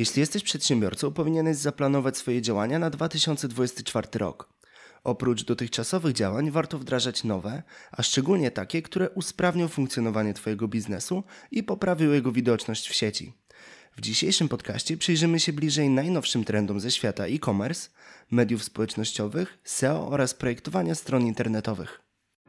Jeśli jesteś przedsiębiorcą, powinieneś zaplanować swoje działania na 2024 rok. Oprócz dotychczasowych działań warto wdrażać nowe, a szczególnie takie, które usprawnią funkcjonowanie Twojego biznesu i poprawią jego widoczność w sieci. W dzisiejszym podcaście przyjrzymy się bliżej najnowszym trendom ze świata e-commerce, mediów społecznościowych, SEO oraz projektowania stron internetowych.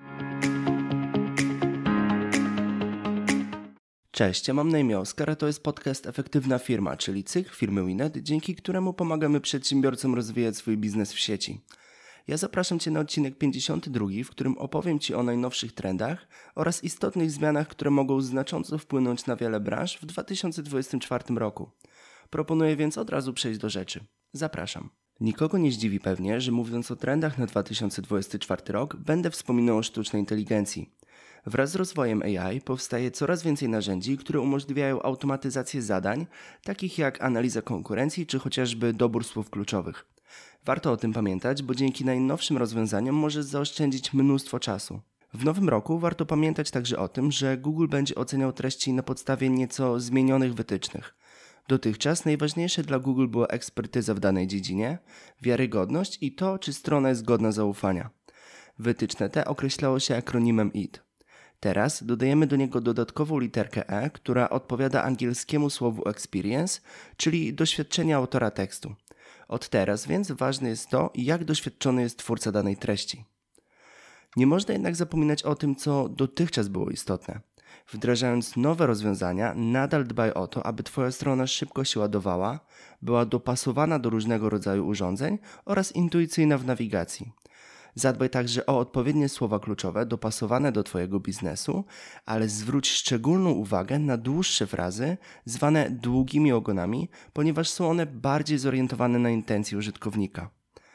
Cześć, ja mam na imię Oskar, a to jest podcast Efektywna Firma, czyli cykl firmy Winnet, dzięki któremu pomagamy przedsiębiorcom rozwijać swój biznes w sieci. Ja zapraszam Cię na odcinek 52, w którym opowiem Ci o najnowszych trendach oraz istotnych zmianach, które mogą znacząco wpłynąć na wiele branż w 2024 roku. Proponuję więc od razu przejść do rzeczy. Zapraszam. Nikogo nie zdziwi pewnie, że mówiąc o trendach na 2024 rok, będę wspominał o sztucznej inteligencji. Wraz z rozwojem AI powstaje coraz więcej narzędzi, które umożliwiają automatyzację zadań, takich jak analiza konkurencji czy chociażby dobór słów kluczowych. Warto o tym pamiętać, bo dzięki najnowszym rozwiązaniom możesz zaoszczędzić mnóstwo czasu. W nowym roku warto pamiętać także o tym, że Google będzie oceniał treści na podstawie nieco zmienionych wytycznych. Dotychczas najważniejsze dla Google była ekspertyza w danej dziedzinie, wiarygodność i to, czy strona jest godna zaufania. Wytyczne te określało się akronimem IT. Teraz dodajemy do niego dodatkową literkę E, która odpowiada angielskiemu słowu experience, czyli doświadczenie autora tekstu. Od teraz więc ważne jest to, jak doświadczony jest twórca danej treści. Nie można jednak zapominać o tym, co dotychczas było istotne. Wdrażając nowe rozwiązania, nadal dbaj o to, aby Twoja strona szybko się ładowała, była dopasowana do różnego rodzaju urządzeń oraz intuicyjna w nawigacji. Zadbaj także o odpowiednie słowa kluczowe dopasowane do Twojego biznesu, ale zwróć szczególną uwagę na dłuższe frazy zwane długimi ogonami, ponieważ są one bardziej zorientowane na intencje użytkownika.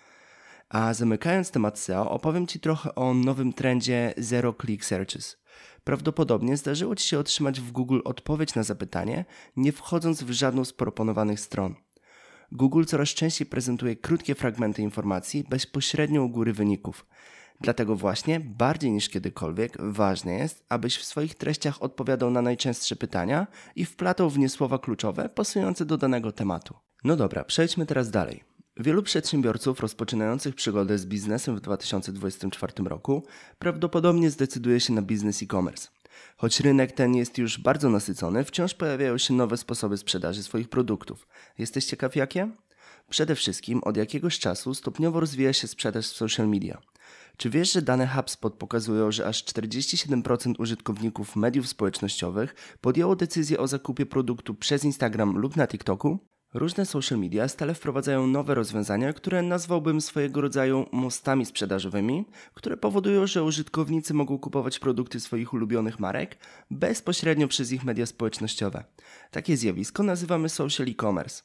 A zamykając temat SEO, opowiem Ci trochę o nowym trendzie Zero Click Searches. Prawdopodobnie zdarzyło Ci się otrzymać w Google odpowiedź na zapytanie, nie wchodząc w żadną z proponowanych stron. Google coraz częściej prezentuje krótkie fragmenty informacji bezpośrednio u góry wyników. Dlatego właśnie, bardziej niż kiedykolwiek, ważne jest, abyś w swoich treściach odpowiadał na najczęstsze pytania i wplatał w nie słowa kluczowe pasujące do danego tematu. No dobra, przejdźmy teraz dalej. Wielu przedsiębiorców rozpoczynających przygodę z biznesem w 2024 roku prawdopodobnie zdecyduje się na biznes e-commerce. Choć rynek ten jest już bardzo nasycony, wciąż pojawiają się nowe sposoby sprzedaży swoich produktów. Jesteś ciekaw jakie? Przede wszystkim od jakiegoś czasu stopniowo rozwija się sprzedaż w social media. Czy wiesz, że dane HubSpot pokazują, że aż 47% użytkowników mediów społecznościowych podjęło decyzję o zakupie produktu przez Instagram lub na TikToku? Różne social media stale wprowadzają nowe rozwiązania, które nazwałbym swojego rodzaju mostami sprzedażowymi, które powodują, że użytkownicy mogą kupować produkty swoich ulubionych marek bezpośrednio przez ich media społecznościowe. Takie zjawisko nazywamy social e-commerce.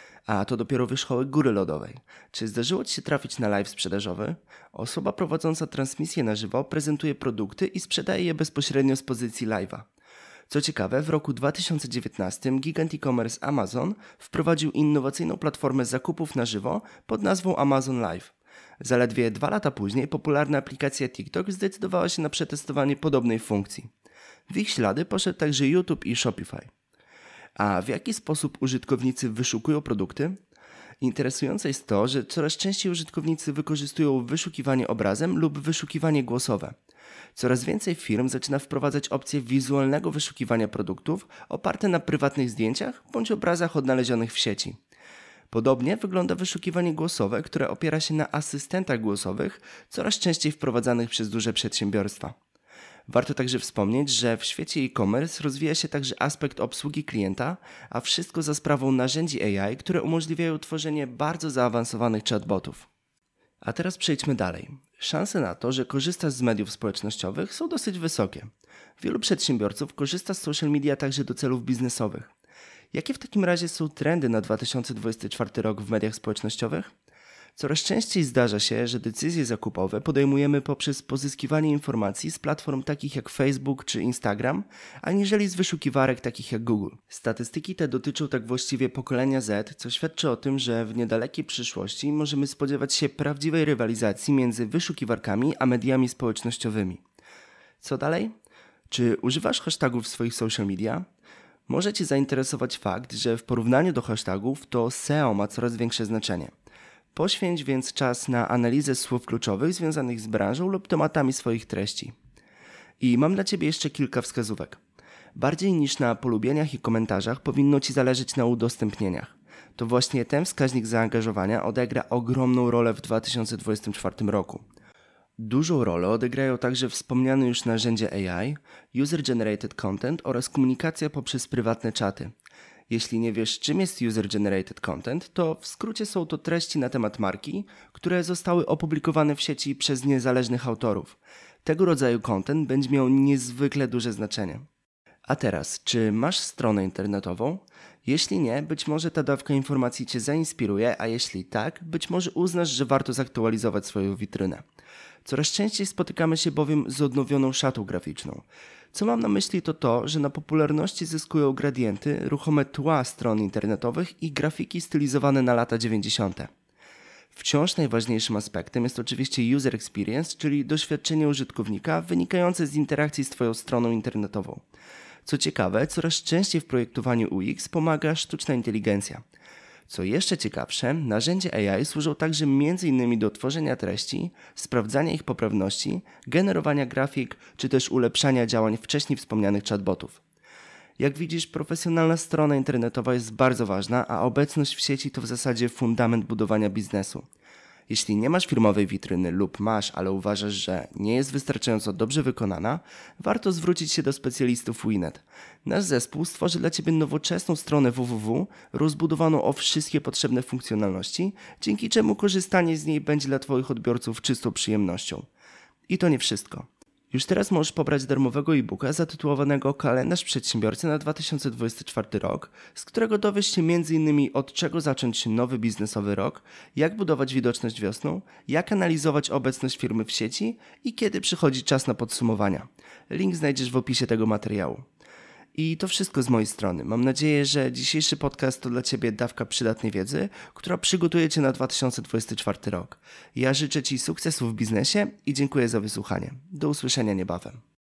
A to dopiero wierzchołek góry lodowej. Czy zdarzyło Ci się trafić na live sprzedażowy? Osoba prowadząca transmisję na żywo prezentuje produkty i sprzedaje je bezpośrednio z pozycji live'a. Co ciekawe, w roku 2019 gigant e-commerce Amazon wprowadził innowacyjną platformę zakupów na żywo pod nazwą Amazon Live. Zaledwie 2 lata później popularna aplikacja TikTok zdecydowała się na przetestowanie podobnej funkcji. W ich ślady poszedł także YouTube i Shopify. A w jaki sposób użytkownicy wyszukują produkty? Interesujące jest to, że coraz częściej użytkownicy wykorzystują wyszukiwanie obrazem lub wyszukiwanie głosowe. Coraz więcej firm zaczyna wprowadzać opcję wizualnego wyszukiwania produktów oparte na prywatnych zdjęciach bądź obrazach odnalezionych w sieci. Podobnie wygląda wyszukiwanie głosowe, które opiera się na asystentach głosowych, coraz częściej wprowadzanych przez duże przedsiębiorstwa. Warto także wspomnieć, że w świecie e-commerce rozwija się także aspekt obsługi klienta, a wszystko za sprawą narzędzi AI, które umożliwiają tworzenie bardzo zaawansowanych chatbotów. A teraz przejdźmy dalej. Szanse na to, że korzystasz z mediów społecznościowych są dosyć wysokie. Wielu przedsiębiorców korzysta z social media także do celów biznesowych. Jakie w takim razie są trendy na 2024 rok w mediach społecznościowych? Coraz częściej zdarza się, że decyzje zakupowe podejmujemy poprzez pozyskiwanie informacji z platform takich jak Facebook czy Instagram, aniżeli z wyszukiwarek takich jak Google. Statystyki te dotyczą tak właściwie pokolenia Z, co świadczy o tym, że w niedalekiej przyszłości możemy spodziewać się prawdziwej rywalizacji między wyszukiwarkami a mediami społecznościowymi. Co dalej? Czy używasz hashtagów w swoich social media? Może Cię zainteresować fakt, że w porównaniu do hashtagów to SEO ma coraz większe znaczenie. Poświęć więc czas na analizę słów kluczowych związanych z branżą lub tematami swoich treści. I mam dla Ciebie jeszcze kilka wskazówek. Bardziej niż na polubieniach i komentarzach powinno Ci zależeć na udostępnieniach. To właśnie ten wskaźnik zaangażowania odegra ogromną rolę w 2024 roku. Dużą rolę odegrają także wspomniane już narzędzie AI, User Generated Content oraz komunikacja poprzez prywatne czaty. Jeśli nie wiesz, czym jest User Generated Content, to w skrócie są to treści na temat marki, które zostały opublikowane w sieci przez niezależnych autorów. Tego rodzaju content będzie miał niezwykle duże znaczenie. A teraz, czy masz stronę internetową? Jeśli nie, być może ta dawka informacji Cię zainspiruje, a jeśli tak, być może uznasz, że warto zaktualizować swoją witrynę. Coraz częściej spotykamy się bowiem z odnowioną szatą graficzną. Co mam na myśli to to, że na popularności zyskują gradienty, ruchome tła stron internetowych i grafiki stylizowane na lata 90. Wciąż najważniejszym aspektem jest oczywiście user experience, czyli doświadczenie użytkownika wynikające z interakcji z Twoją stroną internetową. Co ciekawe, coraz częściej w projektowaniu UX pomaga sztuczna inteligencja. Co jeszcze ciekawsze, narzędzia AI służą także m.in. do tworzenia treści, sprawdzania ich poprawności, generowania grafik, czy też ulepszania działań wcześniej wspomnianych chatbotów. Jak widzisz, profesjonalna strona internetowa jest bardzo ważna, a obecność w sieci to w zasadzie fundament budowania biznesu. Jeśli nie masz firmowej witryny lub masz, ale uważasz, że nie jest wystarczająco dobrze wykonana, warto zwrócić się do specjalistów Winnet. Nasz zespół stworzy dla Ciebie nowoczesną stronę www, rozbudowaną o wszystkie potrzebne funkcjonalności, dzięki czemu korzystanie z niej będzie dla Twoich odbiorców czystą przyjemnością. I to nie wszystko. Już teraz możesz pobrać darmowego e-booka zatytułowanego Kalendarz Przedsiębiorcy na 2024 rok, z którego dowiesz się m.in. od czego zacząć nowy biznesowy rok, jak budować widoczność wiosną, jak analizować obecność firmy w sieci i kiedy przychodzi czas na podsumowania. Link znajdziesz w opisie tego materiału. I to wszystko z mojej strony. Mam nadzieję, że dzisiejszy podcast to dla Ciebie dawka przydatnej wiedzy, która przygotuje Cię na 2024 rok. Ja życzę Ci sukcesu w biznesie i dziękuję za wysłuchanie. Do usłyszenia niebawem.